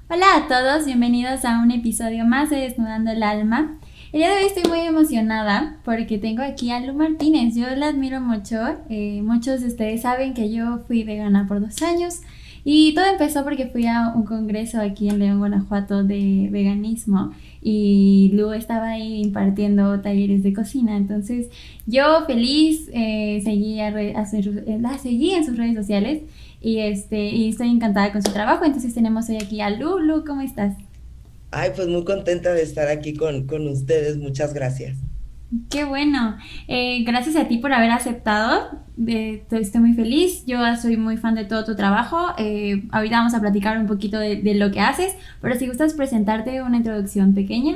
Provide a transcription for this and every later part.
Hola a todos, bienvenidos a un episodio más de Desnudando el Alma. El día de hoy estoy muy emocionada porque tengo aquí a Lu Martínez. Yo la admiro mucho. Muchos de ustedes saben que yo fui vegana por 2 años y todo empezó porque fui a un congreso aquí en León, Guanajuato de veganismo y Lu estaba ahí impartiendo talleres de cocina. Entonces yo feliz la seguí en sus redes sociales y estoy encantada con su trabajo. Entonces tenemos hoy aquí a Lu. Lu, ¿cómo estás? Ay, pues muy contenta de estar aquí con ustedes. Muchas gracias. Qué bueno. Gracias a ti por haber aceptado. Estoy muy feliz. Yo soy muy fan de todo tu trabajo. Ahorita vamos a platicar un poquito de lo que haces, pero si gustas presentarte una introducción pequeña.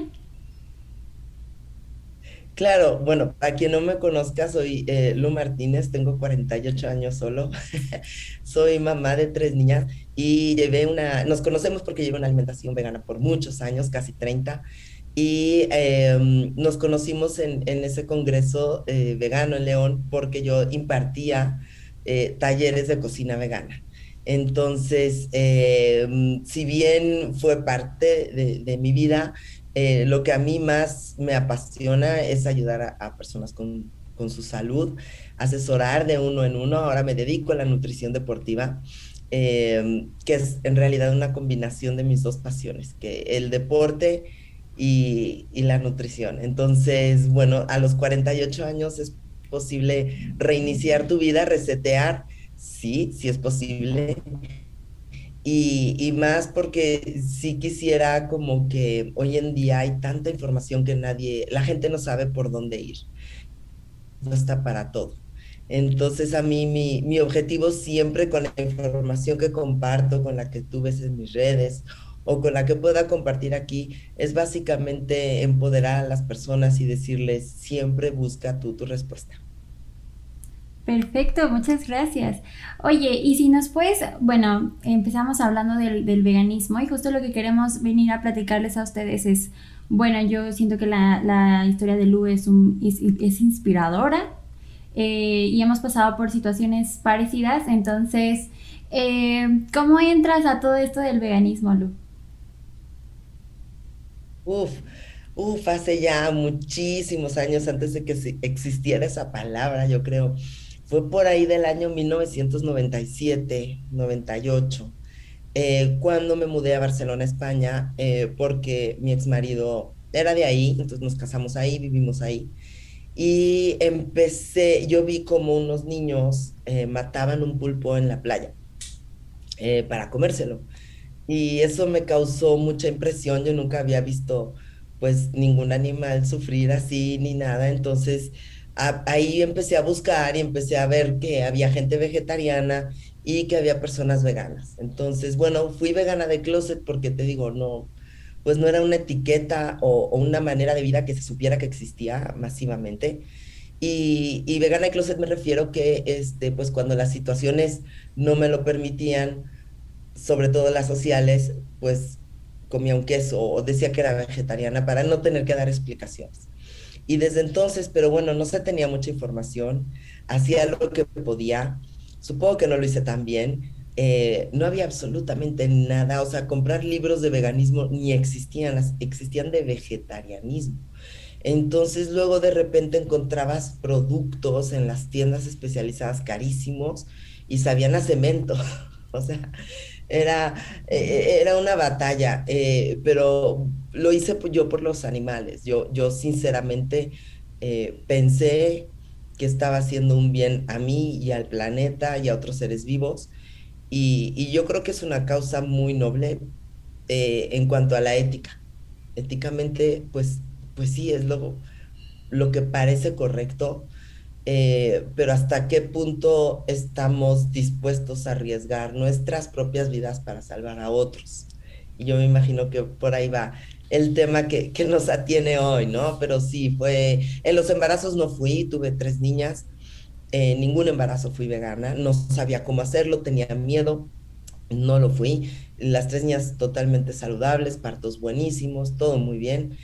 Claro, bueno, a quien no me conozca, soy Lu Martínez, tengo 48 años solo. Soy mamá de 3 niñas y nos conocemos porque llevo una alimentación vegana por muchos años, casi 30. Y nos conocimos en ese congreso vegano en León porque yo impartía talleres de cocina vegana. Entonces, si bien fue parte de mi vida, lo que a mí más me apasiona es ayudar a personas con su salud, asesorar de uno en uno. Ahora me dedico a la nutrición deportiva, que es en realidad una combinación de mis dos pasiones, que el deporte y la nutrición. Entonces, bueno, a los 48 años es posible reiniciar tu vida, resetear, sí, sí es posible, y más porque sí quisiera como que hoy en día hay tanta información que la gente no sabe por dónde ir, no está para todo. Entonces a mí mi objetivo siempre con la información que comparto, con la que tú ves en mis redes o con la que pueda compartir aquí, es básicamente empoderar a las personas y decirles siempre busca tú tu respuesta. Perfecto, muchas gracias. Oye, y si nos puedes, bueno, empezamos hablando del veganismo y justo lo que queremos venir a platicarles a ustedes es, bueno, yo siento que la historia de Lu es inspiradora y hemos pasado por situaciones parecidas, entonces, ¿cómo entras a todo esto del veganismo, Lu? Uf, hace ya muchísimos años antes de que existiera esa palabra, yo creo. Fue por ahí del año 1997, 98, cuando me mudé a Barcelona, España, porque mi exmarido era de ahí, entonces nos casamos ahí, vivimos ahí. Y yo vi como unos niños mataban un pulpo en la playa para comérselo. Y eso me causó mucha impresión. Yo nunca había visto pues ningún animal sufrir así ni nada. Entonces ahí empecé a buscar y empecé a ver que había gente vegetariana y que había personas veganas. Entonces, bueno, fui vegana de closet porque te digo, no, pues no era una etiqueta o una manera de vida que se supiera que existía masivamente. Y vegana de closet me refiero que, pues cuando las situaciones no me lo permitían, sobre todo las sociales, pues comía un queso o decía que era vegetariana para no tener que dar explicaciones. Y desde entonces, pero bueno, no se tenía mucha información, hacía lo que podía, supongo que no lo hice tan bien, no había absolutamente nada, o sea, comprar libros de veganismo ni existían, existían de vegetarianismo. Entonces luego de repente encontrabas productos en las tiendas especializadas carísimos y sabían a cemento. O sea, era, era una batalla, pero lo hice yo por los animales. Yo sinceramente pensé que estaba haciendo un bien a mí y al planeta y a otros seres vivos. Y yo creo que es una causa muy noble en cuanto a la ética. Éticamente, pues sí, es lo que parece correcto, pero hasta qué punto estamos dispuestos a arriesgar nuestras propias vidas para salvar a otros. Y yo me imagino que por ahí va el tema que nos atiene hoy, ¿no? Pero sí, en los embarazos no fui, tuve 3 niñas, ningún embarazo fui vegana, no sabía cómo hacerlo, tenía miedo, no lo fui. Las 3 niñas totalmente saludables, partos buenísimos, todo muy bien.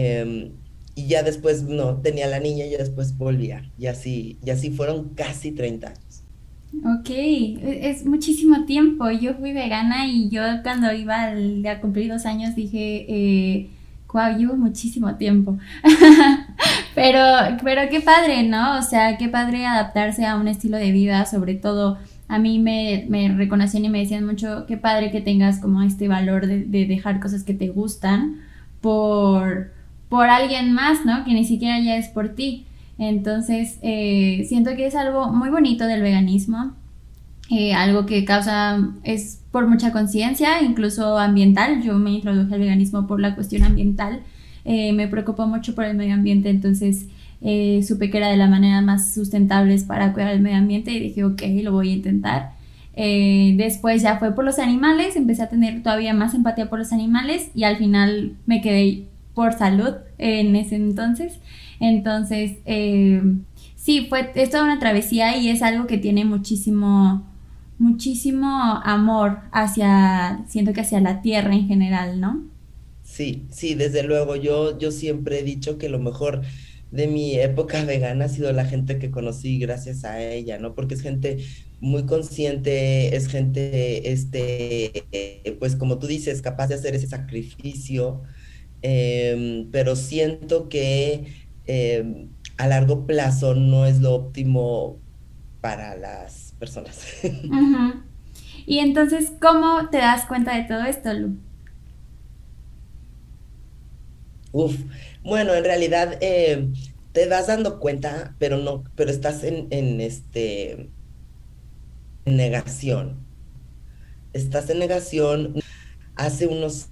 Y ya después, no, tenía la niña y ya después volvía. Y así fueron casi 30 años. Ok, es muchísimo tiempo. Yo fui vegana y yo cuando iba a cumplir 2 años dije, wow, llevo muchísimo tiempo. Pero, pero qué padre, ¿no? O sea, qué padre adaptarse a un estilo de vida, sobre todo a mí me reconocían y me decían mucho, qué padre que tengas como este valor de dejar cosas que te gustan por, por alguien más, ¿no? Que ni siquiera ya es por ti. Entonces, siento que es algo muy bonito del veganismo, algo que causa, es por mucha conciencia, incluso ambiental. Yo me introduje al veganismo por la cuestión ambiental, me preocupo mucho por el medio ambiente, entonces supe que era de la manera más sustentables para cuidar el medio ambiente y dije, ok, lo voy a intentar. Después ya fue por los animales, empecé a tener todavía más empatía por los animales y al final me quedé por salud en ese entonces. Entonces, sí, es toda una travesía y es algo que tiene muchísimo amor hacia, siento que hacia la tierra en general, ¿no? Sí, sí, desde luego. Yo siempre he dicho que lo mejor de mi época vegana ha sido la gente que conocí gracias a ella, ¿no? Porque es gente muy consciente, es gente, pues como tú dices, capaz de hacer ese sacrificio, pero siento que a largo plazo no es lo óptimo para las personas. Ujú. Y entonces, ¿cómo te das cuenta de todo esto, Lu? Uf, bueno, en realidad te vas dando cuenta, pero no, pero estás en negación. Estás en negación. Hace unos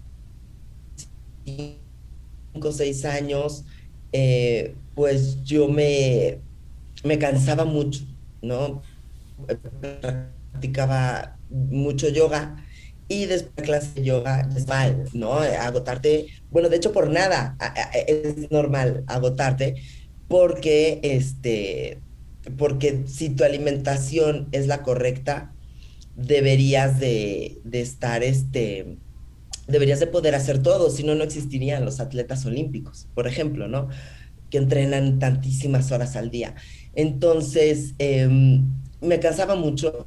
5 o 6 años, pues me cansaba mucho, ¿no? Practicaba mucho yoga y después de la clase de yoga es mal, ¿no? Agotarte, bueno, de hecho por nada es normal agotarte porque porque si tu alimentación es la correcta, deberías de estar deberías de poder hacer todo, si no, no existirían los atletas olímpicos, por ejemplo, ¿no? Que entrenan tantísimas horas al día. Entonces, me cansaba mucho,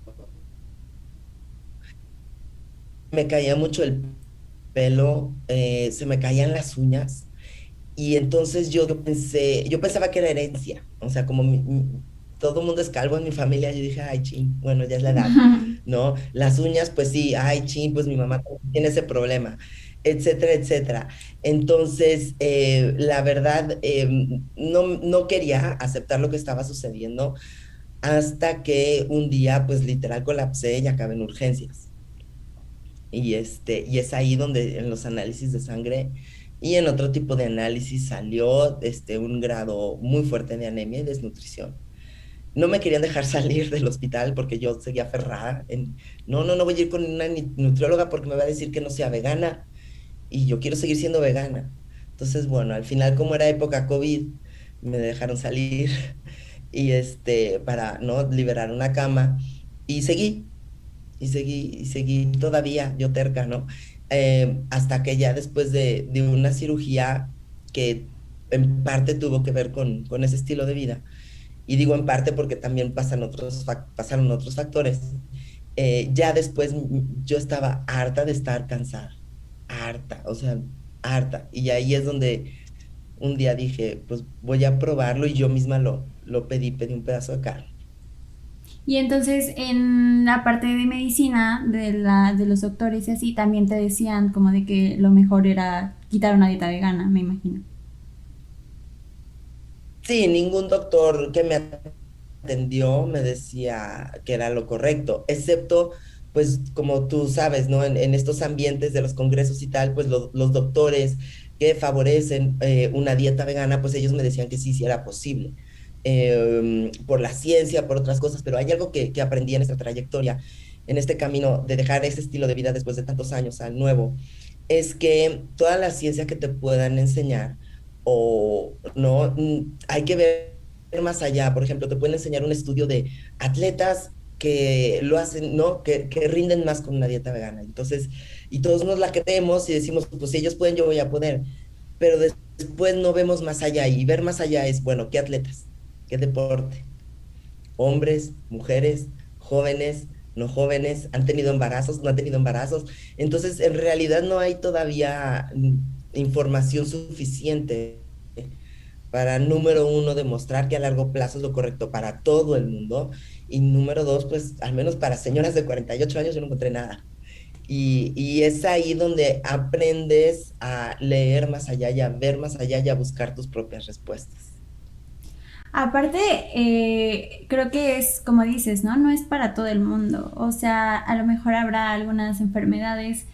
me caía mucho el pelo, se me caían las uñas. Y entonces yo pensaba que era herencia, o sea, como todo el mundo es calvo en mi familia, yo dije, ay, chin, bueno, ya es la edad, ¿no? Las uñas, pues sí, ay, chin, pues mi mamá también tiene ese problema, etcétera, etcétera. Entonces, la verdad, no quería aceptar lo que estaba sucediendo hasta que un día, pues literal colapsé y acabé en urgencias. Y es ahí donde en los análisis de sangre y en otro tipo de análisis salió un grado muy fuerte de anemia y desnutrición. No me querían dejar salir del hospital porque yo seguía aferrada en, no, no, no voy a ir con una nutrióloga porque me va a decir que no sea vegana y yo quiero seguir siendo vegana. Entonces, bueno, al final como era época COVID, me dejaron salir y para no liberar una cama y y seguí todavía yo terca, ¿no? Hasta que ya después de una cirugía que en parte tuvo que ver con ese estilo de vida, y digo en parte porque también pasaron otros factores, ya después yo estaba harta de estar cansada, harta, o sea, harta, y ahí es donde un día dije, pues voy a probarlo y yo misma lo pedí un pedazo de carne. Y entonces en la parte de medicina de los doctores y así también te decían como de que lo mejor era quitar una dieta vegana, me imagino. Sí, ningún doctor que me atendió me decía que era lo correcto, excepto, pues como tú sabes, ¿no? En estos ambientes de los congresos y tal, pues los doctores que favorecen una dieta vegana, pues ellos me decían que sí, sí era posible, por la ciencia, por otras cosas, pero hay algo que aprendí en esta trayectoria, en este camino de dejar ese estilo de vida después de tantos años al nuevo, es que toda la ciencia que te puedan enseñar, o no, hay que ver más allá. Por ejemplo, te pueden enseñar un estudio de atletas que lo hacen, ¿no? Que rinden más con una dieta vegana. Entonces, y todos nos la creemos y decimos, pues si ellos pueden, yo voy a poder. Pero después no vemos más allá y ver más allá es, bueno, ¿qué atletas? ¿Qué deporte? Hombres, mujeres, jóvenes, no jóvenes, han tenido embarazos, no han tenido embarazos. Entonces, en realidad no hay todavía información suficiente para, número uno, demostrar que a largo plazo es lo correcto para todo el mundo. Y número dos, pues al menos para señoras de 48 años yo no encontré nada. Y es ahí donde aprendes a leer más allá y a ver más allá y a buscar tus propias respuestas. Aparte, creo que es como dices, ¿no? No es para todo el mundo. O sea, a lo mejor habrá algunas enfermedades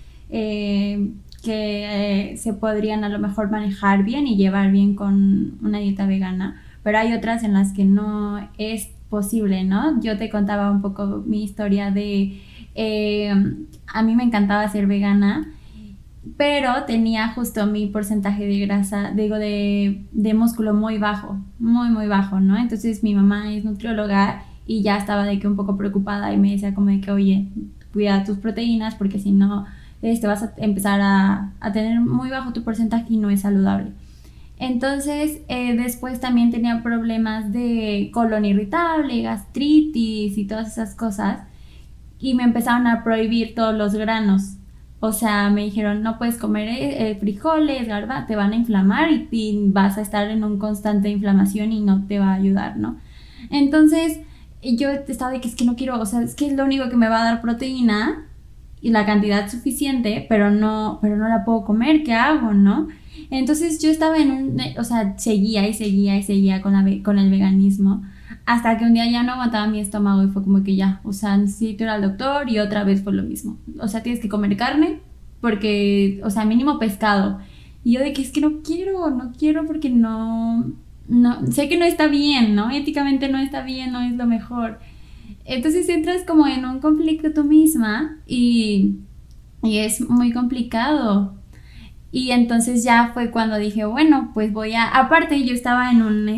que se podrían a lo mejor manejar bien y llevar bien con una dieta vegana, pero hay otras en las que no es posible, ¿no? Yo te contaba un poco mi historia de, eh, a mí me encantaba ser vegana, pero tenía justo mi porcentaje de grasa, digo, de músculo muy bajo, muy, muy bajo, ¿no? Entonces mi mamá es nutrióloga y ya estaba de que un poco preocupada y me decía como de que, oye, cuida tus proteínas porque si no, vas a empezar a tener muy bajo tu porcentaje y no es saludable. Entonces, después también tenía problemas de colon irritable, gastritis y todas esas cosas y me empezaron a prohibir todos los granos. O sea, me dijeron, no puedes comer frijoles, garba, te van a inflamar y vas a estar en un constante inflamación y no te va a ayudar, ¿no? Entonces, yo estaba de que es que no quiero, o sea, es que es lo único que me va a dar proteína y la cantidad suficiente, pero no la puedo comer, ¿qué hago, no? Entonces yo estaba en un, o sea, seguía y seguía y seguía con el veganismo, hasta que un día ya no aguantaba mi estómago y fue como que ya, o sea, necesito ir al doctor y otra vez fue lo mismo. O sea, tienes que comer carne porque, o sea, mínimo pescado. Y yo de que es que no quiero, no quiero porque no, sé que no está bien, ¿no? Éticamente no está bien, no es lo mejor. Entonces entras como en un conflicto tú misma y es muy complicado. Y entonces ya fue cuando dije, bueno, pues voy a... Aparte yo estaba en un,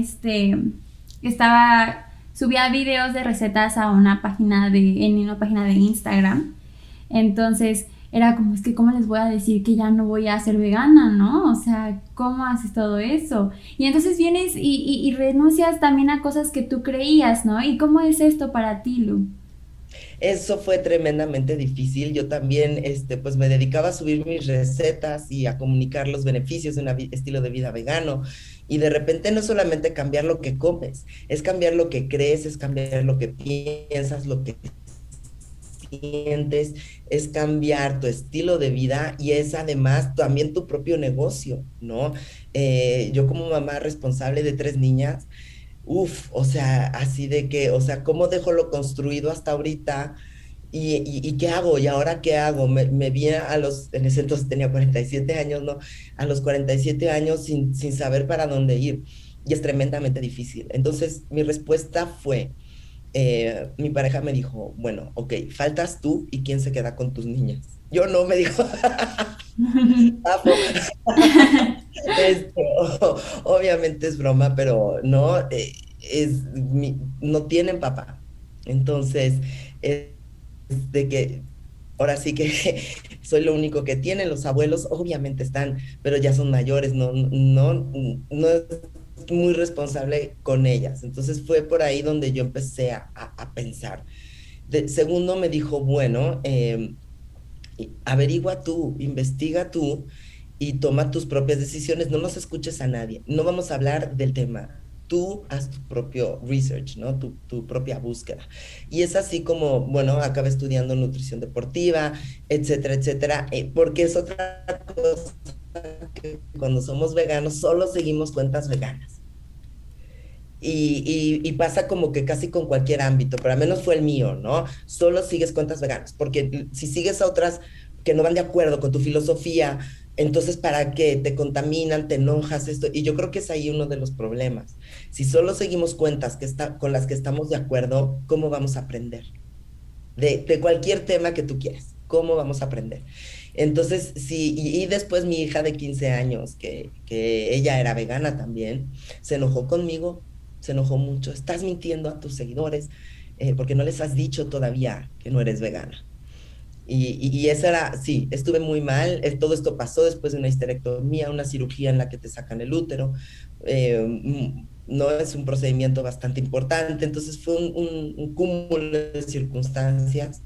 subía videos de recetas a una página en una página de Instagram. Entonces era como, es que cómo les voy a decir que ya no voy a ser vegana, ¿no? O sea, ¿cómo haces todo eso? Y entonces vienes y renuncias también a cosas que tú creías, ¿no? ¿Y cómo es esto para ti, Lu? Eso fue tremendamente difícil. Yo también, pues me dedicaba a subir mis recetas y a comunicar los beneficios de un estilo de vida vegano. Y de repente no solamente cambiar lo que comes, es cambiar lo que crees, es cambiar lo que piensas, lo que sientes, es cambiar tu estilo de vida y es además también tu propio negocio, ¿no? Yo como mamá responsable de 3 niñas, uf, o sea, así de que, o sea, ¿cómo dejo lo construido hasta ahorita? ¿Y qué hago? ¿Y ahora qué hago? Me vi en ese entonces tenía 47 años, ¿no? A los 47 años sin saber para dónde ir. Y es tremendamente difícil. Entonces, mi respuesta fue, mi pareja me dijo, bueno, ok, faltas tú y quién se queda con tus niñas. Yo no, me dijo, "Apo". Obviamente es broma, pero no, no tienen papá. Entonces, es de que ahora sí que soy lo único que tienen. Los abuelos obviamente están, pero ya son mayores, no es muy responsable con ellas. Entonces fue por ahí donde yo empecé a pensar. Segundo me dijo, bueno, averigua tú, investiga tú y toma tus propias decisiones, no nos escuches a nadie, no vamos a hablar del tema. Tú haz tu propio research, ¿no? Tu propia búsqueda. Y es así como, bueno, acabé estudiando nutrición deportiva, etcétera, etcétera, porque es otra cosa que cuando somos veganos solo seguimos cuentas veganas. Y pasa como que casi con cualquier ámbito, pero al menos fue el mío, ¿no? Solo sigues cuentas veganas, porque si sigues a otras que no van de acuerdo con tu filosofía, entonces ¿para qué? Te contaminan, te enojas, esto, y yo creo que es ahí uno de los problemas. Si solo seguimos cuentas con las que estamos de acuerdo, ¿cómo vamos a aprender? De cualquier tema que tú quieras, ¿cómo vamos a aprender? Entonces, sí, y después mi hija de 15 años, que ella era vegana también, se enojó conmigo, se enojó mucho. Estás mintiendo a tus seguidores porque no les has dicho todavía que no eres vegana. Y esa era, sí, estuve muy mal. Todo esto pasó después de una histerectomía, una cirugía en la que te sacan el útero. no es un procedimiento bastante importante, entonces fue un cúmulo de circunstancias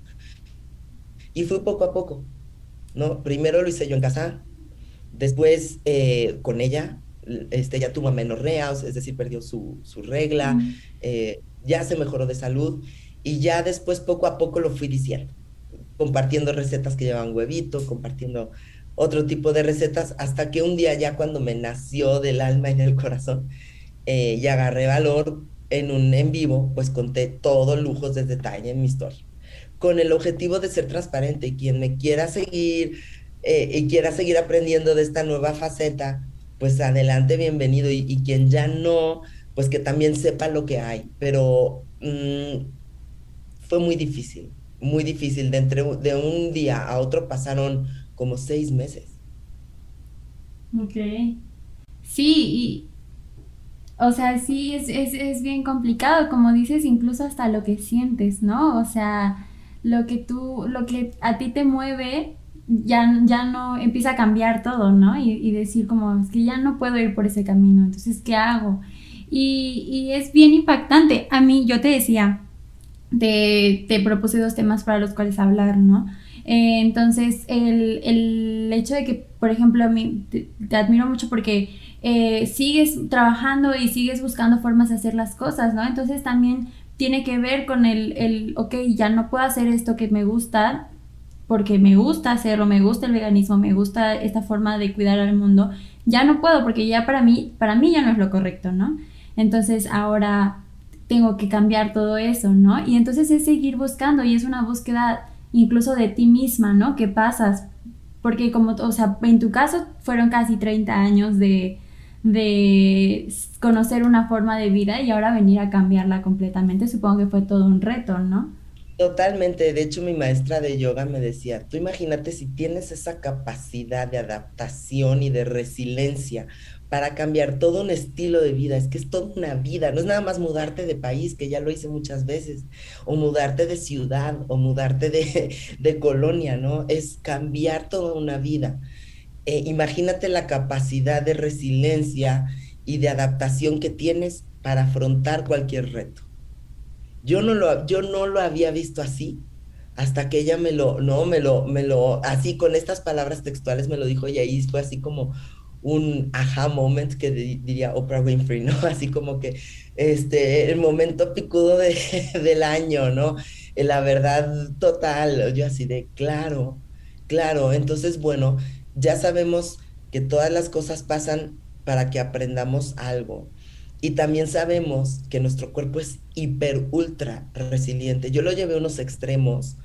y fue poco a poco, ¿no? Primero lo hice yo en casa, después con ella, ya tuvo amenorrea, o sea, es decir, perdió su regla, Mm. ya se mejoró de salud y ya después poco a poco lo fui diciendo, compartiendo recetas que llevaban huevito, compartiendo otro tipo de recetas, hasta que un día ya cuando me nació del alma y del corazón, y agarré valor en un en vivo, pues conté todos lujos de detalle en mi historia, con el objetivo de ser transparente. Y quien me quiera seguir y quiera seguir aprendiendo de esta nueva faceta, pues adelante, bienvenido. Y quien ya no, pues que también sepa lo que hay. Pero fue muy difícil. De un día a otro pasaron como 6 meses. Ok. Sí, o sea, sí, es bien complicado, como dices, incluso hasta lo que sientes, ¿no? O sea, lo que a ti te mueve, ya no empieza a cambiar todo, ¿no? Y decir como, es que ya no puedo ir por ese camino, entonces, ¿qué hago? Y es bien impactante. A mí, yo te decía, te propuse dos temas para los cuales hablar, ¿no? Entonces, el hecho de que, por ejemplo, a mí te admiro mucho porque sigues trabajando y sigues buscando formas de hacer las cosas, ¿no? Entonces también tiene que ver con ok, ya no puedo hacer esto que me gusta porque me gusta hacerlo, me gusta el veganismo, me gusta esta forma de cuidar al mundo, ya no puedo porque ya para mí ya no es lo correcto, ¿no? Entonces ahora tengo que cambiar todo eso, ¿no? Y entonces es seguir buscando y es una búsqueda incluso de ti misma, ¿no? ¿Qué pasas? Porque como, o sea, en tu caso fueron casi 30 años de conocer una forma de vida y ahora venir a cambiarla completamente, supongo que fue todo un reto, ¿no? Totalmente. De hecho, mi maestra de yoga me decía, tú imagínate si tienes esa capacidad de adaptación y de resiliencia para cambiar todo un estilo de vida. Es que es toda una vida, no es nada más mudarte de país, que ya lo hice muchas veces, o mudarte de ciudad, o mudarte de colonia, ¿no? Es cambiar toda una vida. Imagínate la capacidad de resiliencia y de adaptación que tienes para afrontar cualquier reto. Yo no lo había visto así hasta que ella me lo, no, así con estas palabras textuales me lo dijo, y ahí fue así como un aha moment que diría Oprah Winfrey, ¿no? Así como que el momento picudo del año, ¿no? La verdad total, yo así de, claro, claro. Entonces, bueno, ya sabemos que todas las cosas pasan para que aprendamos algo. Y también sabemos que nuestro cuerpo es hiper, ultra resiliente. Yo lo llevé a unos extremos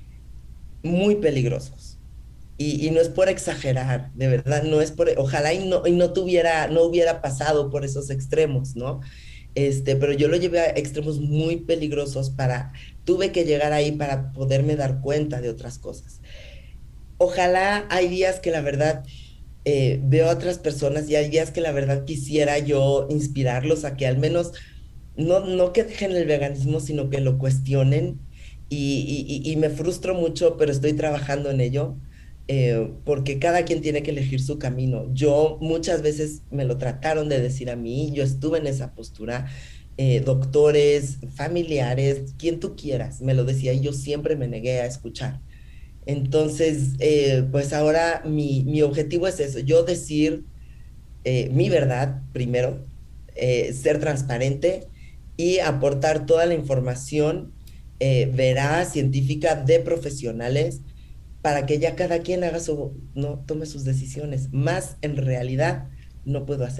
muy peligrosos. Y no es por exagerar, de verdad, no es por, ojalá y no no hubiera pasado por esos extremos, ¿no? Pero yo lo llevé a extremos muy peligrosos tuve que llegar ahí para poderme dar cuenta de otras cosas. Ojalá hay días que la verdad veo a otras personas y hay días que la verdad quisiera yo inspirarlos a que al menos no que dejen el veganismo, sino que lo cuestionen. Y me frustro mucho, pero estoy trabajando en ello, porque cada quien tiene que elegir su camino. Yo muchas veces me lo trataron de decir a mí, yo estuve en esa postura, doctores, familiares, quien tú quieras, me lo decía y yo siempre me negué a escuchar. Entonces, pues ahora mi objetivo es eso, yo decir mi verdad primero, ser transparente y aportar toda la información veraz, científica, de profesionales, para que ya cada quien no tome sus decisiones. Más en realidad no puedo hacer.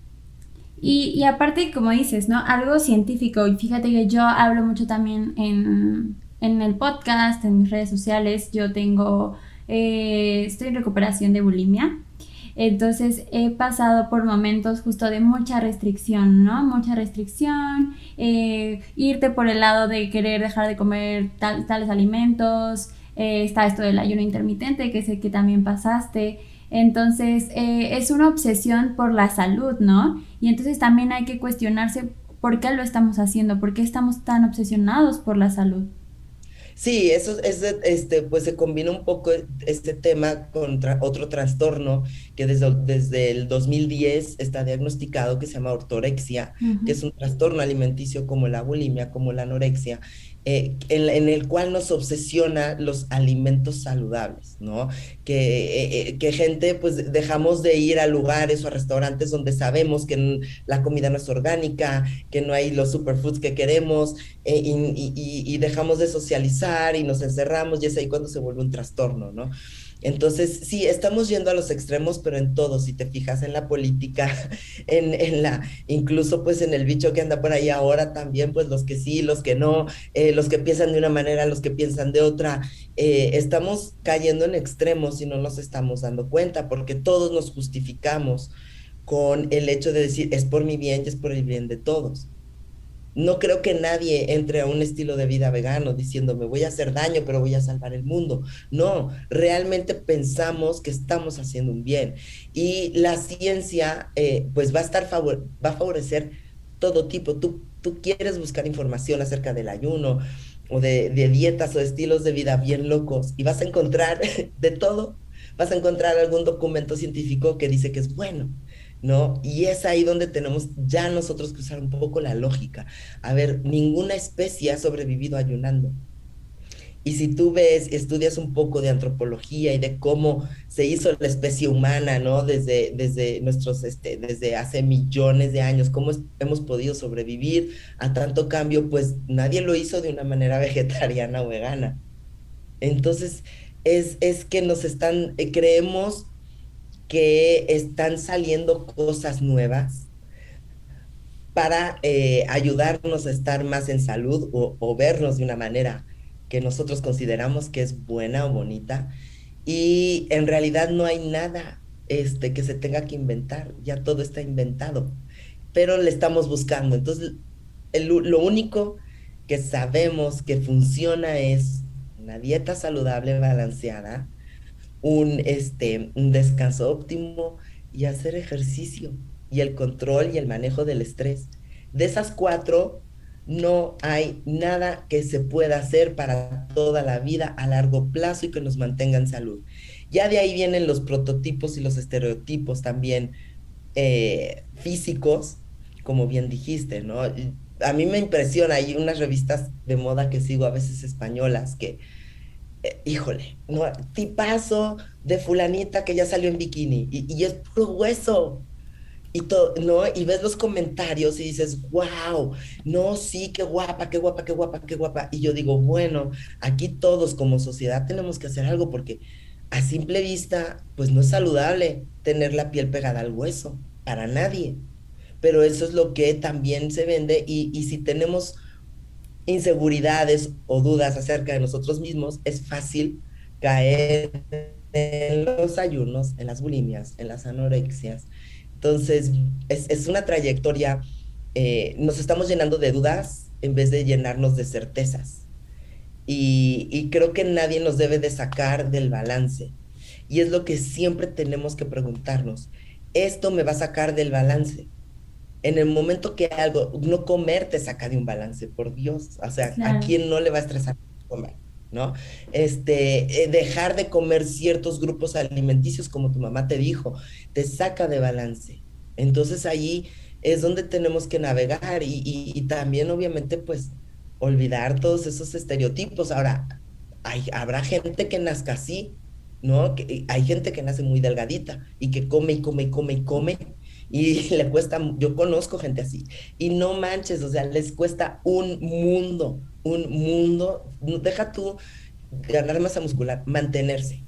Y aparte, como dices, ¿no? Algo científico. Y fíjate que yo hablo mucho también en el podcast, en mis redes sociales. Yo estoy en recuperación de bulimia. Entonces he pasado por momentos justo de mucha restricción, ¿no? Mucha restricción, irte por el lado de querer dejar de comer tales alimentos, está esto del ayuno intermitente, que sé que también pasaste. Entonces es una obsesión por la salud, ¿no? Y entonces también hay que cuestionarse por qué lo estamos haciendo, por qué estamos tan obsesionados por la salud. Sí, eso es, pues se combina un poco este tema con otro trastorno que desde el 2010 está diagnosticado que se llama ortorexia, que Ujú. es un trastorno alimenticio como la bulimia, como la anorexia, en el cual nos obsesiona los alimentos saludables, ¿no? Que gente, pues dejamos de ir a lugares o a restaurantes donde sabemos que la comida no es orgánica, que no hay los superfoods que queremos, y dejamos de socializar y nos encerramos y es ahí cuando se vuelve un trastorno, ¿no? Entonces, sí, estamos yendo a los extremos, pero en todo, si te fijas en la política, incluso pues en el bicho que anda por ahí ahora también, pues los que sí, los que no, los que piensan de una manera, los que piensan de otra, estamos cayendo en extremos y no nos estamos dando cuenta, porque todos nos justificamos con el hecho de decir, es por mi bien y es por el bien de todos. No creo que nadie entre a un estilo de vida vegano diciendo me voy a hacer daño, pero voy a salvar el mundo. No, realmente pensamos que estamos haciendo un bien. Y la ciencia, pues va a favorecer todo tipo. Tú quieres buscar información acerca del ayuno o de dietas o de estilos de vida bien locos y vas a encontrar de todo. Vas a encontrar algún documento científico que dice que es bueno, ¿no? Y es ahí donde tenemos ya nosotros que usar un poco la lógica. A ver, ninguna especie ha sobrevivido ayunando. Y si tú ves, estudias un poco de antropología y de cómo se hizo la especie humana, ¿no? Desde hace millones de años, cómo hemos podido sobrevivir a tanto cambio, pues nadie lo hizo de una manera vegetariana o vegana. Entonces, es que creemos que están saliendo cosas nuevas para ayudarnos a estar más en salud o vernos de una manera que nosotros consideramos que es buena o bonita. Y en realidad no hay nada que se tenga que inventar, ya todo está inventado, pero le estamos buscando. Entonces, lo único que sabemos que funciona es una dieta saludable, balanceada, un descanso óptimo y hacer ejercicio y el control y el manejo del estrés. De esas cuatro, no hay nada que se pueda hacer para toda la vida a largo plazo y que nos mantenga en salud. Ya de ahí vienen los prototipos y los estereotipos también físicos, como bien dijiste, ¿no? A mí me impresiona, hay unas revistas de moda que sigo a veces españolas que híjole, no, tipazo de fulanita que ya salió en bikini y es puro hueso y todo, ¿no? Y ves los comentarios y dices, wow, no, sí, qué guapa, qué guapa, qué guapa, qué guapa. Y yo digo, bueno, aquí todos como sociedad tenemos que hacer algo porque a simple vista, pues no es saludable tener la piel pegada al hueso, para nadie. Pero eso es lo que también se vende y si tenemos inseguridades o dudas acerca de nosotros mismos, es fácil caer en los ayunos, en las bulimias, en las anorexias. Entonces, es una trayectoria, nos estamos llenando de dudas en vez de llenarnos de certezas. Y creo que nadie nos debe de sacar del balance. Y es lo que siempre tenemos que preguntarnos. ¿Esto me va a sacar del balance? En el momento que algo, no comer te saca de un balance, por Dios. O sea, ¿a Claro. quién no le va a estresar comer? ¿No? Dejar de comer ciertos grupos alimenticios, como tu mamá te dijo, te saca de balance. Entonces ahí es donde tenemos que navegar y también obviamente pues olvidar todos esos estereotipos. Ahora, habrá gente que nazca así, ¿no? Hay gente que nace muy delgadita y que come y come y come y come y le cuesta, yo conozco gente así, y no manches, o sea, les cuesta un mundo, no, deja tú ganar masa muscular, mantenerse,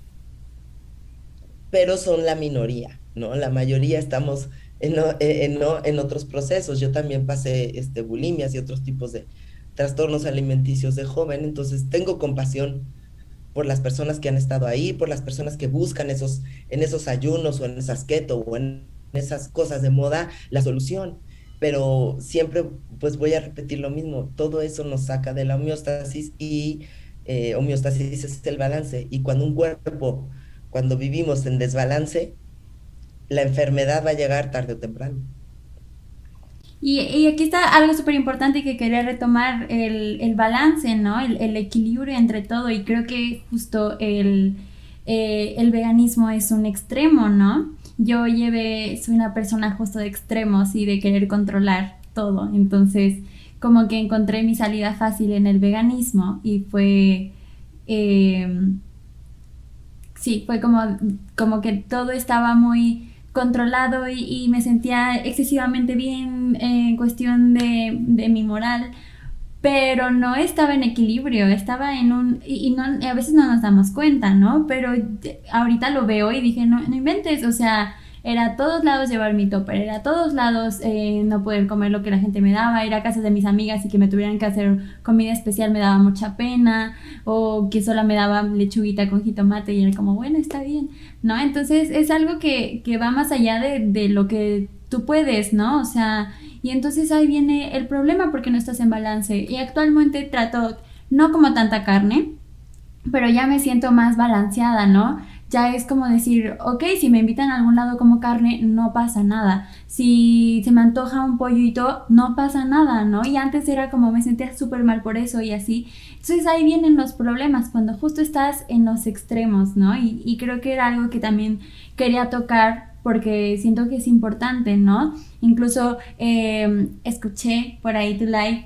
pero son la minoría, ¿no? La mayoría estamos no, en otros procesos. Yo también pasé bulimias y otros tipos de trastornos alimenticios de joven, entonces tengo compasión por las personas que han estado ahí, por las personas que buscan en esos ayunos o en esas keto o en esas cosas de moda, la solución. Pero siempre pues voy a repetir lo mismo, todo eso nos saca de la homeostasis y homeostasis es el balance. Y cuando vivimos en desbalance, la enfermedad va a llegar tarde o temprano. Y aquí está algo súper importante que quería retomar, el balance, ¿no? El equilibrio entre todo. Y creo que justo el veganismo es un extremo, ¿no? Soy una persona justo de extremos y de querer controlar todo. Entonces, como que encontré mi salida fácil en el veganismo y eh, sí, fue como que todo estaba muy controlado y me sentía excesivamente bien en cuestión de mi moral, pero no estaba en equilibrio, estaba en un... Y no, a veces no nos damos cuenta, ¿no? Pero ahorita lo veo y dije, no, no inventes, o sea, era a todos lados llevar mi topper, era a todos lados no poder comer lo que la gente me daba, ir a casas de mis amigas y que me tuvieran que hacer comida especial me daba mucha pena, o que solo me daban lechuguita con jitomate y era como, bueno, está bien, ¿no? Entonces es algo que va más allá de lo que tú puedes, ¿no? O sea, y entonces ahí viene el problema porque no estás en balance. Y actualmente trato no como tanta carne, pero ya me siento más balanceada, ¿no? Ya es como decir, ok, si me invitan a algún lado como carne, no pasa nada. Si se me antoja un pollito, no pasa nada, ¿no? Y antes era como me sentía súper mal por eso y así. Entonces ahí vienen los problemas, cuando justo estás en los extremos, ¿no? Y creo que era algo que también quería tocar porque siento que es importante, ¿no? Incluso escuché por ahí tu live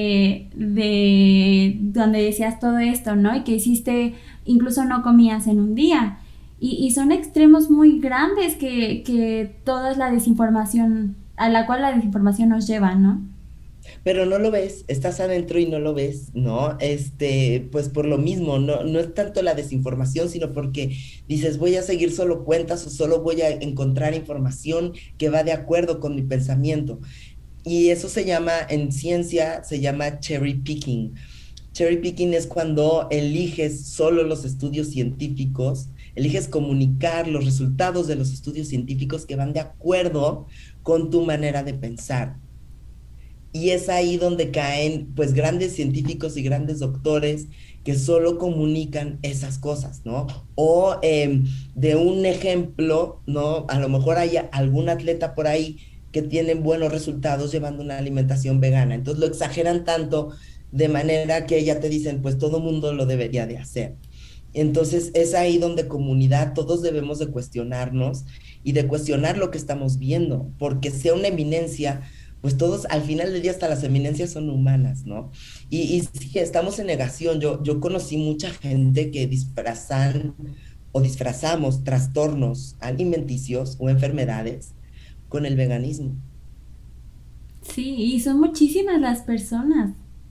de donde decías todo esto, ¿no? Y que hiciste, incluso no comías en un día. Y son extremos muy grandes que toda la desinformación, a la cual la desinformación nos lleva, ¿no? Pero no lo ves, estás adentro y no lo ves, ¿no? Pues por lo mismo, no es tanto la desinformación, sino porque dices, voy a seguir solo cuentas o solo voy a encontrar información que va de acuerdo con mi pensamiento. Y eso se llama, en ciencia, se llama cherry picking. Cherry picking es cuando eliges solo los estudios científicos, eliges comunicar los resultados de los estudios científicos que van de acuerdo con tu manera de pensar. Y es ahí donde caen pues grandes científicos y grandes doctores que solo comunican esas cosas, ¿no? O de un ejemplo, ¿no? A lo mejor hay algún atleta por ahí que tiene buenos resultados llevando una alimentación vegana. Entonces lo exageran tanto de manera que ya te dicen, pues todo mundo lo debería de hacer. Entonces es ahí donde comunidad todos debemos de cuestionarnos y de cuestionar lo que estamos viendo, porque sea una eminencia, pues todos al final del día hasta las eminencias son humanas, ¿no? Y sí, estamos en negación. Yo conocí mucha gente que disfrazan o disfrazamos trastornos alimenticios o enfermedades con el veganismo. Sí, y son muchísimas las personas.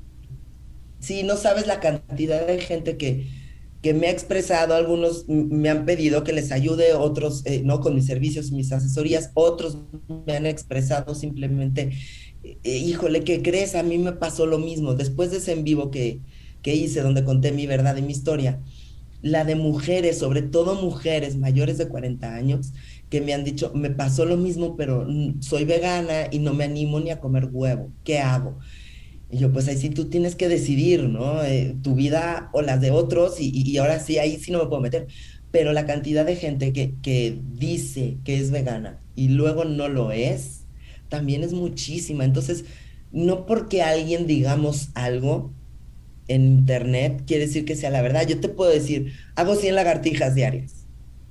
Sí, no sabes la cantidad de gente que me ha expresado, algunos me han pedido que les ayude, otros no con mis servicios, mis asesorías, otros me han expresado simplemente, híjole, ¿qué crees? A mí me pasó lo mismo. Después de ese en vivo que hice, donde conté mi verdad y mi historia, la de mujeres, sobre todo mujeres mayores de 40 años, que me han dicho, me pasó lo mismo, pero soy vegana y no me animo ni a comer huevo. ¿Qué hago? Y yo, pues ahí sí tú tienes que decidir, ¿no? Tu vida o las de otros, y ahora sí, ahí sí no me puedo meter. Pero la cantidad de gente que dice que es vegana y luego no lo es, también es muchísima. Entonces, no porque alguien digamos algo en internet quiere decir que sea la verdad. Yo te puedo decir, hago 100 lagartijas diarias.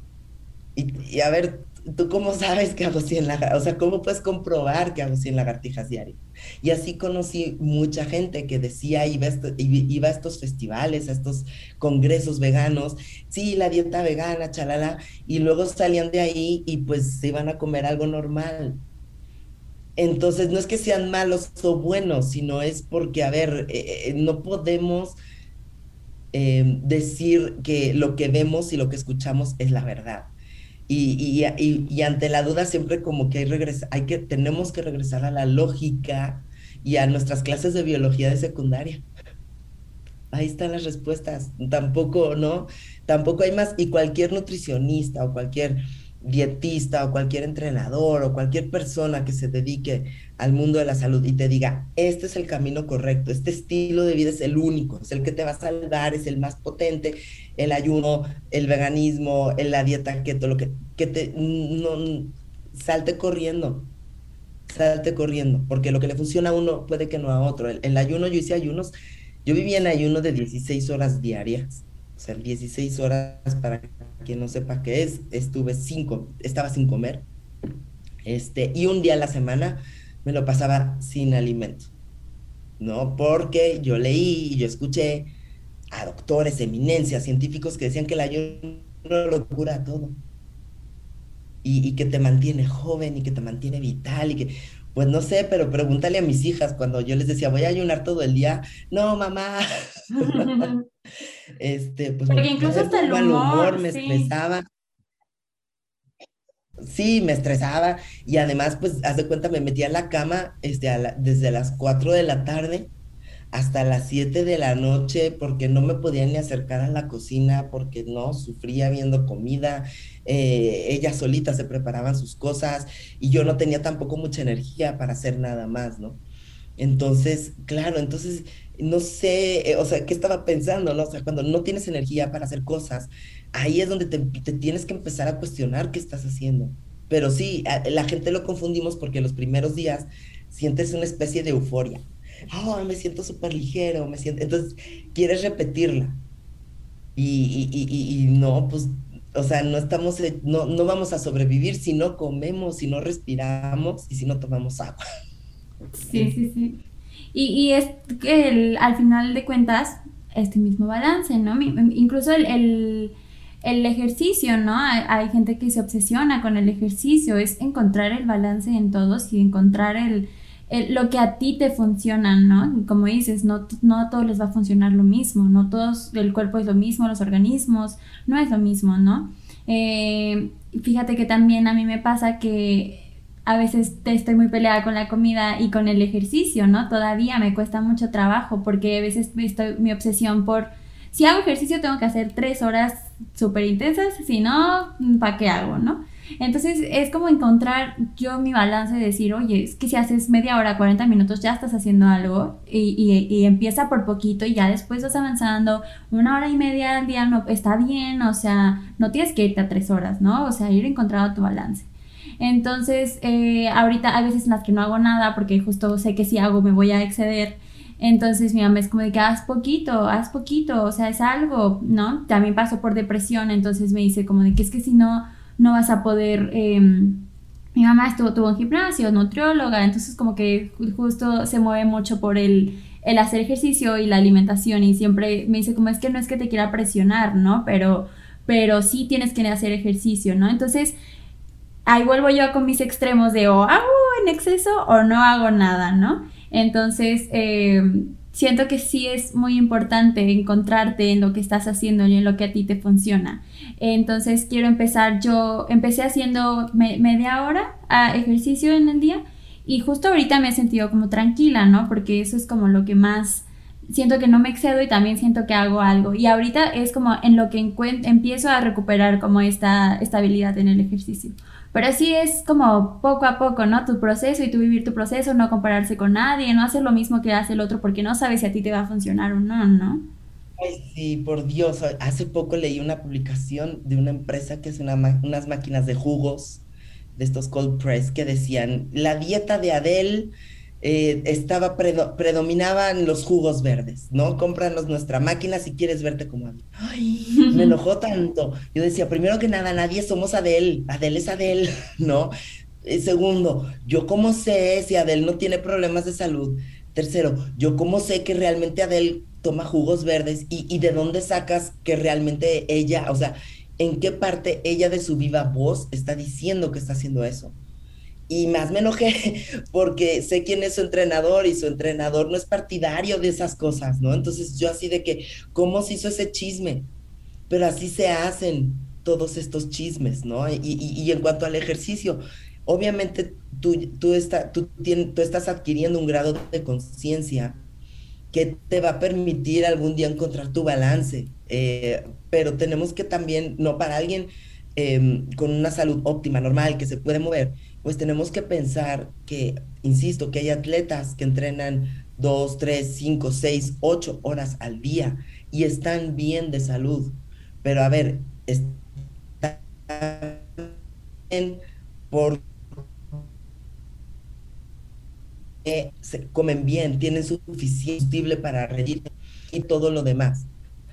Y a ver, ¿tú cómo sabes que hago 100 lagartijas? O sea, ¿cómo puedes comprobar que hago 100 lagartijas diarias? Y así conocí mucha gente que decía, iba a estos festivales, a estos congresos veganos, sí, la dieta vegana, chalala, y luego salían de ahí y pues se iban a comer algo normal. Entonces, no es que sean malos o buenos, sino es porque, a ver, no podemos decir que lo que vemos y lo que escuchamos es la verdad. Y ante la duda siempre como que tenemos que regresar a la lógica y a nuestras clases de biología de secundaria. Ahí están las respuestas. Tampoco, ¿no? Tampoco hay más. Y cualquier nutricionista o cualquier dietista o cualquier entrenador o cualquier persona que se dedique al mundo de la salud y te diga, este es el camino correcto, este estilo de vida es el único, es el que te va a salvar, es el más potente, el ayuno, el veganismo, la dieta keto, lo que te, no, salte corriendo, salte corriendo, porque lo que le funciona a uno puede que no a otro. El ayuno, yo hice ayunos, yo vivía en ayuno de 16 horas diarias, o sea, 16 horas, para quien no sepa qué es, estaba sin comer, y un día a la semana me lo pasaba sin alimento, ¿no? Porque yo leí y yo escuché a doctores, eminencias, científicos que decían que el ayuno lo cura todo y que te mantiene joven y que te mantiene vital y que, pues no sé, pero pregúntale a mis hijas cuando yo les decía, voy a ayunar todo el día. No, mamá, pues me Porque ponía incluso de hasta muy el mal humor, humor, me sí. estresaba. Sí, me estresaba y además, pues, haz de cuenta, me metía a la cama, desde las 4 de la tarde hasta las 7 de la noche porque no me podía ni acercar a la cocina porque no, sufría viendo comida, ellas solitas se preparaban sus cosas y yo no tenía tampoco mucha energía para hacer nada más, ¿no? Entonces, claro, entonces, no sé, o sea, ¿qué estaba pensando, no? O sea, cuando no tienes energía para hacer cosas, ahí es donde te tienes que empezar a cuestionar qué estás haciendo. Pero sí, la gente lo confundimos porque los primeros días sientes una especie de euforia. Oh, me siento súper ligero, me siento. Entonces, quieres repetirla. Y no, pues, o sea, no vamos a sobrevivir si no comemos, si no respiramos y si no tomamos agua. Sí, sí, sí. Y es que al final de cuentas, este mismo balance, ¿no? Incluso el ejercicio, ¿no? Hay gente que se obsesiona con el ejercicio, es encontrar el balance en todos y encontrar lo que a ti te funciona, ¿no? Como dices, no a todos les va a funcionar lo mismo, no todos, el cuerpo es lo mismo, los organismos, no es lo mismo, ¿no? Fíjate que también a mí me pasa que a veces estoy muy peleada con la comida y con el ejercicio, ¿no? Todavía me cuesta mucho trabajo porque a veces estoy mi obsesión por si hago ejercicio tengo que hacer 3 horas súper intensas, si no, ¿para qué hago, no? Entonces es como encontrar yo mi balance de decir, oye, es que si haces media hora, 40 minutos ya estás haciendo algo y empieza por poquito y ya después vas avanzando, 1 hora y media al día no, está bien, o sea, no tienes que irte a 3 horas, ¿no? O sea, ir encontrando tu balance. Entonces, ahorita hay veces en las que no hago nada porque justo sé que si hago me voy a exceder. Entonces mi mamá es como de que haz poquito, o sea, es algo, ¿no? También paso por depresión, entonces me dice como de que es que si no, no vas a poder... mi mamá tuvo un gimnasio, nutrióloga, entonces como que justo se mueve mucho por el hacer ejercicio y la alimentación y siempre me dice como es que no es que te quiera presionar, ¿no? Pero sí tienes que hacer ejercicio, ¿no? Entonces ahí vuelvo yo con mis extremos de o hago en exceso o no hago nada, ¿no? Entonces, siento que sí es muy importante encontrarte en lo que estás haciendo y en lo que a ti te funciona. Entonces, quiero empezar, yo empecé haciendo media hora a ejercicio en el día y justo ahorita me he sentido como tranquila, ¿no? Porque eso es como lo que más siento que no me excedo y también siento que hago algo. Y ahorita es como en lo que empiezo a recuperar como esta estabilidad en el ejercicio. Pero sí es como poco a poco, ¿no? Tu proceso y tú vivir tu proceso, no compararse con nadie, no hacer lo mismo que hace el otro porque no sabes si a ti te va a funcionar o no, ¿no? Ay, sí, por Dios, hace poco leí una publicación de una empresa que hace unas máquinas de jugos, de estos cold press, que decían, la dieta de Adele predominaban los jugos verdes, ¿no? Cómpranos nuestra máquina si quieres verte como Adele. Ay, me enojó tanto. Yo decía, primero que nada, nadie somos Adele, Adele es Adele, ¿no? Segundo, yo cómo sé si Adele no tiene problemas de salud. Tercero, yo cómo sé que realmente Adele toma jugos verdes y de dónde sacas que realmente ella, o sea, en qué parte ella de su viva voz está diciendo que está haciendo eso. Y más me enojé porque sé quién es su entrenador y su entrenador no es partidario de esas cosas, ¿no? Entonces yo así de que, ¿cómo se hizo ese chisme? Pero así se hacen todos estos chismes, ¿no? Y en cuanto al ejercicio, obviamente tú estás adquiriendo un grado de conciencia que te va a permitir algún día encontrar tu balance, pero tenemos que también, no para alguien con una salud óptima, normal, que se puede mover, pues tenemos que pensar que, insisto, que hay atletas que entrenan 2, 3, 5, 6, 8 horas al día y están bien de salud. Pero a ver, están bien por comen bien, tienen suficiente combustible para rendir y todo lo demás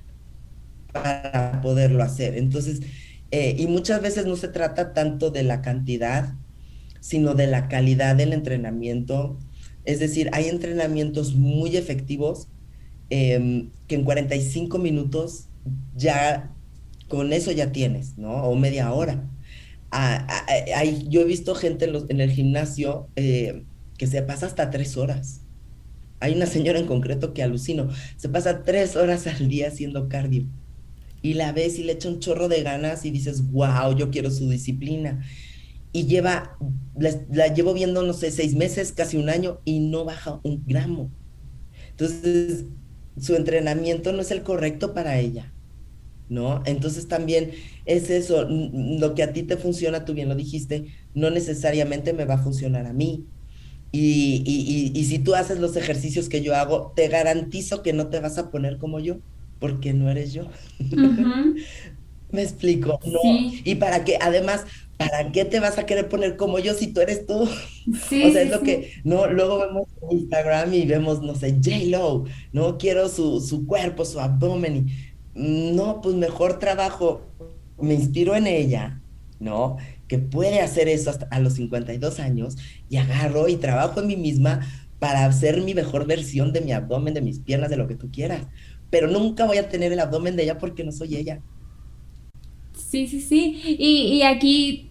para poderlo hacer. Entonces, y muchas veces no se trata tanto de la cantidad, sino de la calidad del entrenamiento. Es decir, hay entrenamientos muy efectivos que en 45 minutos ya con eso ya tienes, ¿no? O media hora. Yo he visto gente en el gimnasio que se pasa hasta 3 horas. Hay una señora en concreto que alucino, se pasa 3 horas al día haciendo cardio y la ves y le echa un chorro de ganas y dices, wow, yo quiero su disciplina. Y la llevo viendo, no sé, 6 meses, casi un año y no baja un gramo. Entonces, su entrenamiento no es el correcto para ella, ¿no? Entonces también es eso, lo que a ti te funciona, tú bien lo dijiste, no necesariamente me va a funcionar a mí. Y si tú haces los ejercicios que yo hago, te garantizo que no te vas a poner como yo, porque no eres yo. Ujú. Me explico, no. Sí, Y para qué, además, ¿para qué te vas a querer poner como yo si tú eres tú? O sí, sea, es sí, lo sí. que, no, luego vemos en Instagram y vemos, no sé, J-Lo, no quiero su cuerpo, su abdomen. No, pues mejor trabajo, me inspiro en ella, ¿no? Que puede hacer eso hasta a los 52 años y agarro y trabajo en mí misma para hacer mi mejor versión de mi abdomen, de mis piernas, de lo que tú quieras. Pero nunca voy a tener el abdomen de ella porque no soy ella. Sí, sí, sí. Y aquí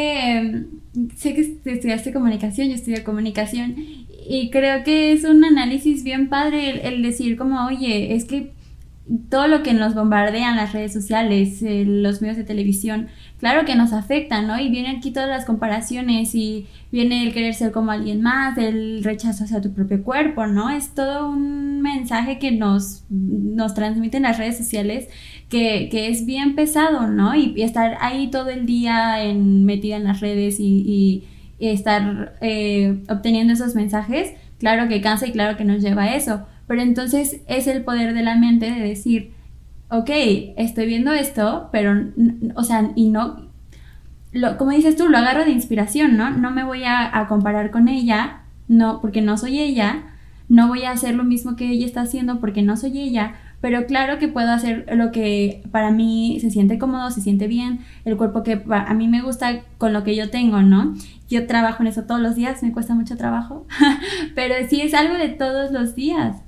sé que estudiaste comunicación, yo estudié comunicación y creo que es un análisis bien padre el decir como, oye, es que todo lo que nos bombardean las redes sociales, los medios de televisión, claro que nos afectan, ¿no? Y vienen aquí todas las comparaciones y viene el querer ser como alguien más, el rechazo hacia tu propio cuerpo, ¿no? Es todo un mensaje que nos transmiten las redes sociales que es bien pesado, ¿no? Y estar ahí todo el día metida en las redes y estar obteniendo esos mensajes, claro que cansa y claro que nos lleva a eso. Pero entonces es el poder de la mente de decir, ok, estoy viendo esto, pero, o sea, y no, como dices tú, lo agarro de inspiración, ¿no? No me voy a comparar con ella, no, porque no soy ella, no voy a hacer lo mismo que ella está haciendo porque no soy ella, pero claro que puedo hacer lo que para mí se siente cómodo, se siente bien, el cuerpo que a mí me gusta con lo que yo tengo, ¿no? Yo trabajo en eso todos los días, me cuesta mucho trabajo, pero sí es algo de todos los días.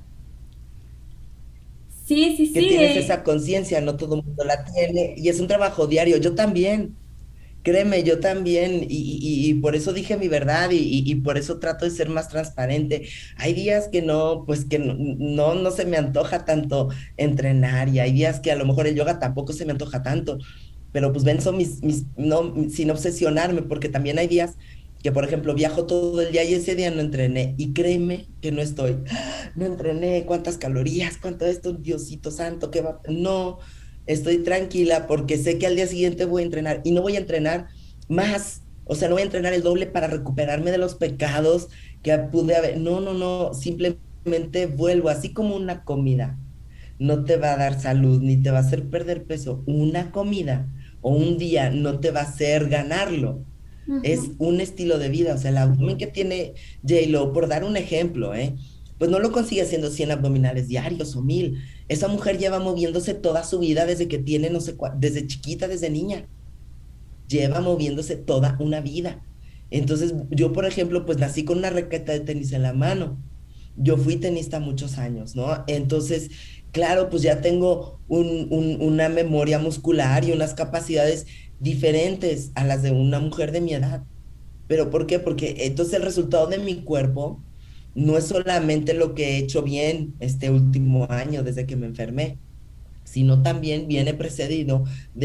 Sí, sí, Que sí, tienes esa conciencia, no todo el mundo la tiene, y es un trabajo diario. Yo también, créeme, yo también, y por eso dije mi verdad, y por eso trato de ser más transparente. Hay días que no, pues que no se me antoja tanto entrenar, y hay días que a lo mejor el yoga tampoco se me antoja tanto, pero pues ven, son no, sin obsesionarme, porque también hay días que, por ejemplo, viajo todo el día y ese día no entrené, y créeme que no estoy, no entrené, cuántas calorías, cuánto esto, Diosito santo, qué va, no, estoy tranquila porque sé que al día siguiente voy a entrenar y no voy a entrenar más, o sea, no voy a entrenar el doble para recuperarme de los pecados que pude haber, no, no, no, simplemente vuelvo, así como una comida no te va a dar salud ni te va a hacer perder peso, una comida o un día no te va a hacer ganarlo. Es uh-huh. un estilo de vida, o sea, el abdomen que tiene J-Lo, por dar un ejemplo, pues no lo consigue haciendo 100 abdominales diarios o 1000. Esa mujer lleva moviéndose toda su vida desde que tiene, no sé, desde chiquita, desde niña. Lleva moviéndose toda una vida. Entonces, yo, por ejemplo, pues nací con una raqueta de tenis en la mano. Yo fui tenista muchos años, ¿no? Entonces, claro, pues ya tengo una memoria muscular y unas capacidades diferentes a las de una mujer de mi edad. ¿Pero por qué? Porque entonces el resultado de mi cuerpo no es solamente lo que he hecho bien este último año desde que me enfermé, sino también viene precedido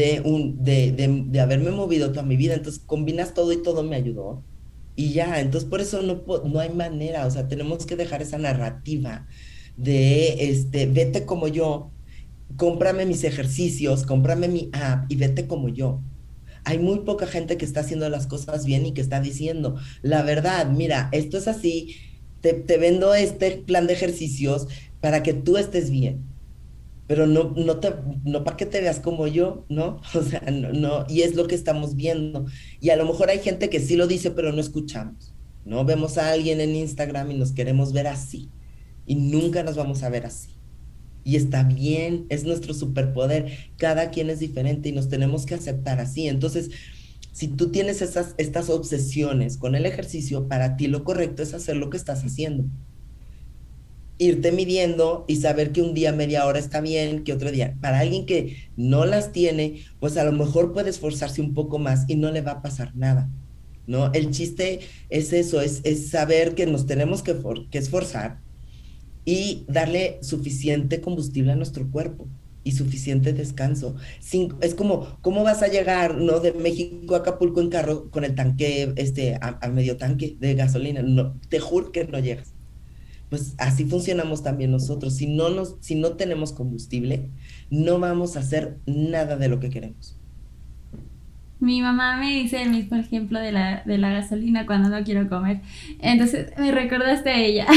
de haberme movido toda mi vida. Entonces combinas todo y todo me ayudó. Y ya, entonces por eso no hay manera, o sea, tenemos que dejar esa narrativa de, vete como yo, cómprame mis ejercicios, cómprame mi app y vete como yo. Hay muy poca gente que está haciendo las cosas bien y que está diciendo, la verdad, mira, esto es así, te vendo este plan de ejercicios para que tú estés bien, pero no para que te veas como yo, ¿no? O sea, no, no, y es lo que estamos viendo. Y a lo mejor hay gente que sí lo dice, pero no escuchamos. ¿no? Vemos a alguien en Instagram y nos queremos ver así y nunca nos vamos a ver así. Y está bien, es nuestro superpoder. Cada quien es diferente y nos tenemos que aceptar así. Entonces, si tú tienes estas obsesiones con el ejercicio, para ti lo correcto es hacer lo que estás haciendo. Irte midiendo y saber que un día media hora está bien, que otro día. Para alguien que no las tiene, pues a lo mejor puede esforzarse un poco más y no le va a pasar nada, ¿no? El chiste es eso, es saber que nos tenemos que esforzar y darle suficiente combustible a nuestro cuerpo y suficiente descanso. Es como, ¿cómo vas a llegar, no, de México a Acapulco en carro con el tanque, a medio tanque de gasolina? No, te juro que no llegas. Pues así funcionamos también nosotros. Si no tenemos combustible, no vamos a hacer nada de lo que queremos. Mi mamá me dice el mismo ejemplo de la gasolina cuando no quiero comer. Entonces me recordaste a ella.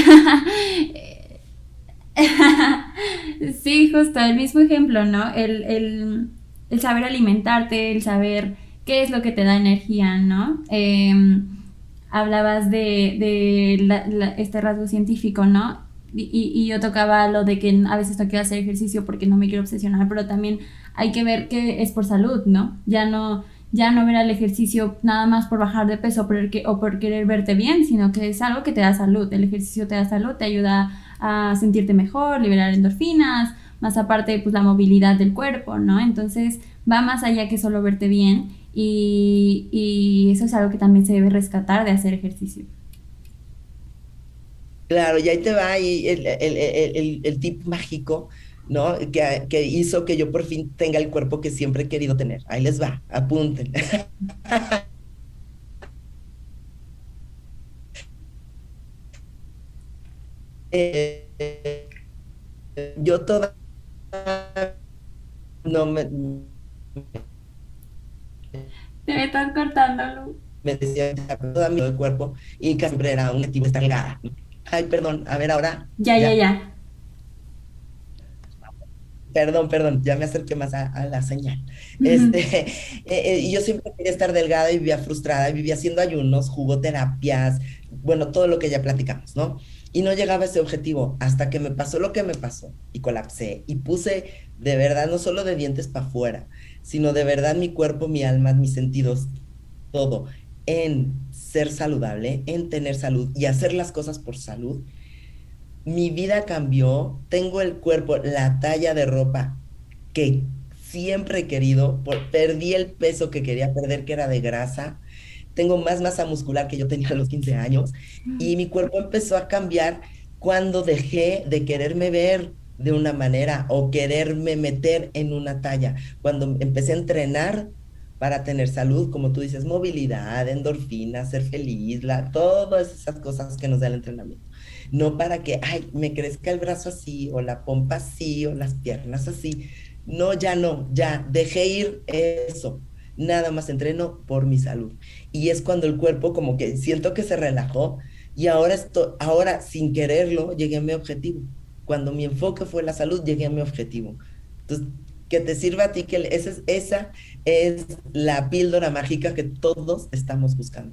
Sí, justo, el mismo ejemplo, ¿no? El saber alimentarte, el saber qué es lo que te da energía, ¿no? Hablabas de este rasgo científico, ¿no? Y yo tocaba lo de que a veces no quiero hacer ejercicio porque no me quiero obsesionar, pero también hay que ver que es por salud, ¿no? Ya no ver al ejercicio nada más por bajar de peso o por querer verte bien, sino que es algo que te da salud. El ejercicio te da salud, te ayuda a sentirte mejor, liberar endorfinas, más aparte pues la movilidad del cuerpo, ¿no? Entonces va más allá que solo verte bien y eso es algo que también se debe rescatar de hacer ejercicio. Claro, y ahí te va ahí el tip mágico, ¿no? Que hizo que yo por fin tenga el cuerpo que siempre he querido tener. Ahí les va, apunten. Eh, yo toda no Te me estás cortando, Lu. me decía toda mi cuerpo y casi siempre era un tipo estar delgada. Ay, perdón, a ver ahora, Ya, ya, ya. ya. Perdón, ya me acerqué más a la señal. Ujú. Y yo siempre quería estar delgada y vivía frustrada, y vivía haciendo ayunos, jugoterapias, bueno, todo lo que ya platicamos, ¿no? Y no llegaba a ese objetivo hasta que me pasó lo que me pasó y colapsé y puse de verdad, no solo de dientes para afuera, sino de verdad mi cuerpo, mi alma, mis sentidos, todo en ser saludable, en tener salud y hacer las cosas por salud. Mi vida cambió, tengo el cuerpo, la talla de ropa que siempre he querido, perdí el peso que quería perder, que era de grasa, tengo más masa muscular que yo tenía a los 15 años y mi cuerpo empezó a cambiar cuando dejé de quererme ver de una manera o quererme meter en una talla, cuando empecé a entrenar para tener salud, como tú dices, movilidad, endorfina, ser feliz, todas esas cosas que nos da el entrenamiento. No para que, ay, me crezca el brazo así, o la pompa así, o las piernas así. No, ya no, ya dejé ir eso. Nada más entreno por mi salud. Y es cuando el cuerpo como que siento que se relajó y ahora sin quererlo llegué a mi objetivo. Cuando mi enfoque fue la salud, llegué a mi objetivo. Entonces, que te sirva a ti, esa es la píldora mágica que todos estamos buscando.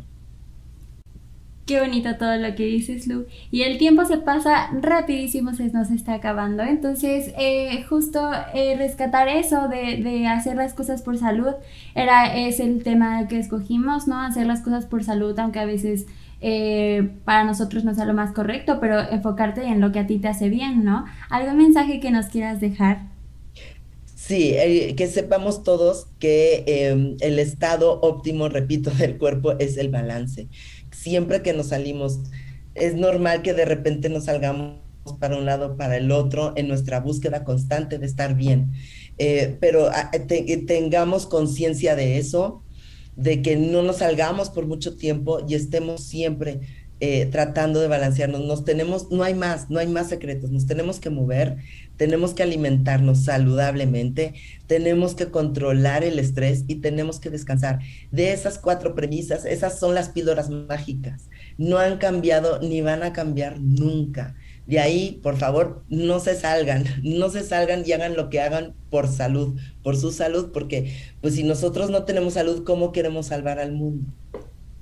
Qué bonito todo lo que dices, Lu. Y el tiempo se pasa rapidísimo, se nos está acabando. Entonces, justo rescatar eso de hacer las cosas por salud es el tema que escogimos, ¿no? Hacer las cosas por salud, aunque a veces para nosotros no sea lo más correcto, pero enfocarte en lo que a ti te hace bien, ¿no? ¿Algún mensaje que nos quieras dejar? Sí, que sepamos todos que el estado óptimo, repito, del cuerpo es el balance. Siempre que nos salimos, es normal que de repente nos salgamos para un lado, para el otro, en nuestra búsqueda constante de estar bien. Pero tengamos conciencia de eso, de que no nos salgamos por mucho tiempo y estemos siempre tratando de balancearnos. No hay más secretos, nos tenemos que mover, tenemos que alimentarnos saludablemente, tenemos que controlar el estrés y tenemos que descansar. De esas cuatro premisas, esas son las píldoras mágicas. No han cambiado ni van a cambiar nunca. De ahí, por favor, no se salgan, no se salgan y hagan lo que hagan por salud, por su salud, porque pues si nosotros no tenemos salud, ¿cómo queremos salvar al mundo?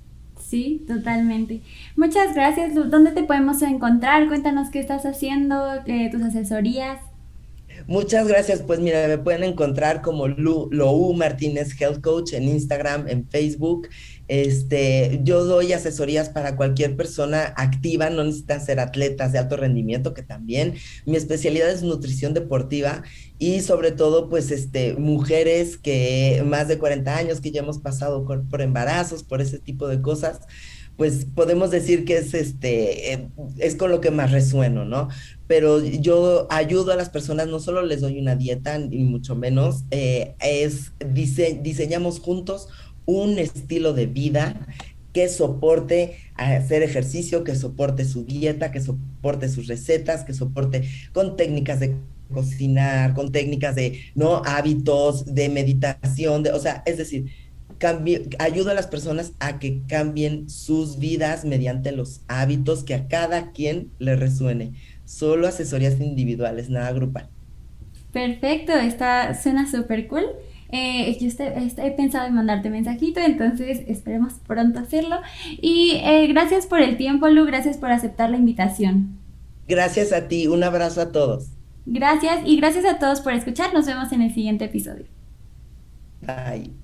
Sí, totalmente. Muchas gracias, Luz. ¿Dónde te podemos encontrar? Cuéntanos qué estás haciendo, tus asesorías. Muchas gracias. Pues mira, me pueden encontrar como Lou Martínez Health Coach en Instagram, en Facebook. Yo doy asesorías para cualquier persona activa, no necesitan ser atletas de alto rendimiento, que también. Mi especialidad es nutrición deportiva y sobre todo, pues, mujeres que más de 40 años, que ya hemos pasado por embarazos, por ese tipo de cosas, pues podemos decir que es con lo que más resueno, ¿no? Pero yo ayudo a las personas, no solo les doy una dieta, ni mucho menos, diseñamos juntos un estilo de vida que soporte hacer ejercicio, que soporte su dieta, que soporte sus recetas, que soporte con técnicas de cocinar, con técnicas de, ¿no? Hábitos, de meditación, o sea, es decir, ayudo a las personas a que cambien sus vidas mediante los hábitos que a cada quien le resuene. Solo asesorías individuales, nada grupal. Perfecto, suena súper cool. He pensado en mandarte mensajito, entonces esperemos pronto hacerlo. Y gracias por el tiempo, Lu, gracias por aceptar la invitación. Gracias a ti, un abrazo a todos. Gracias y gracias a todos por escuchar. Nos vemos en el siguiente episodio. Bye.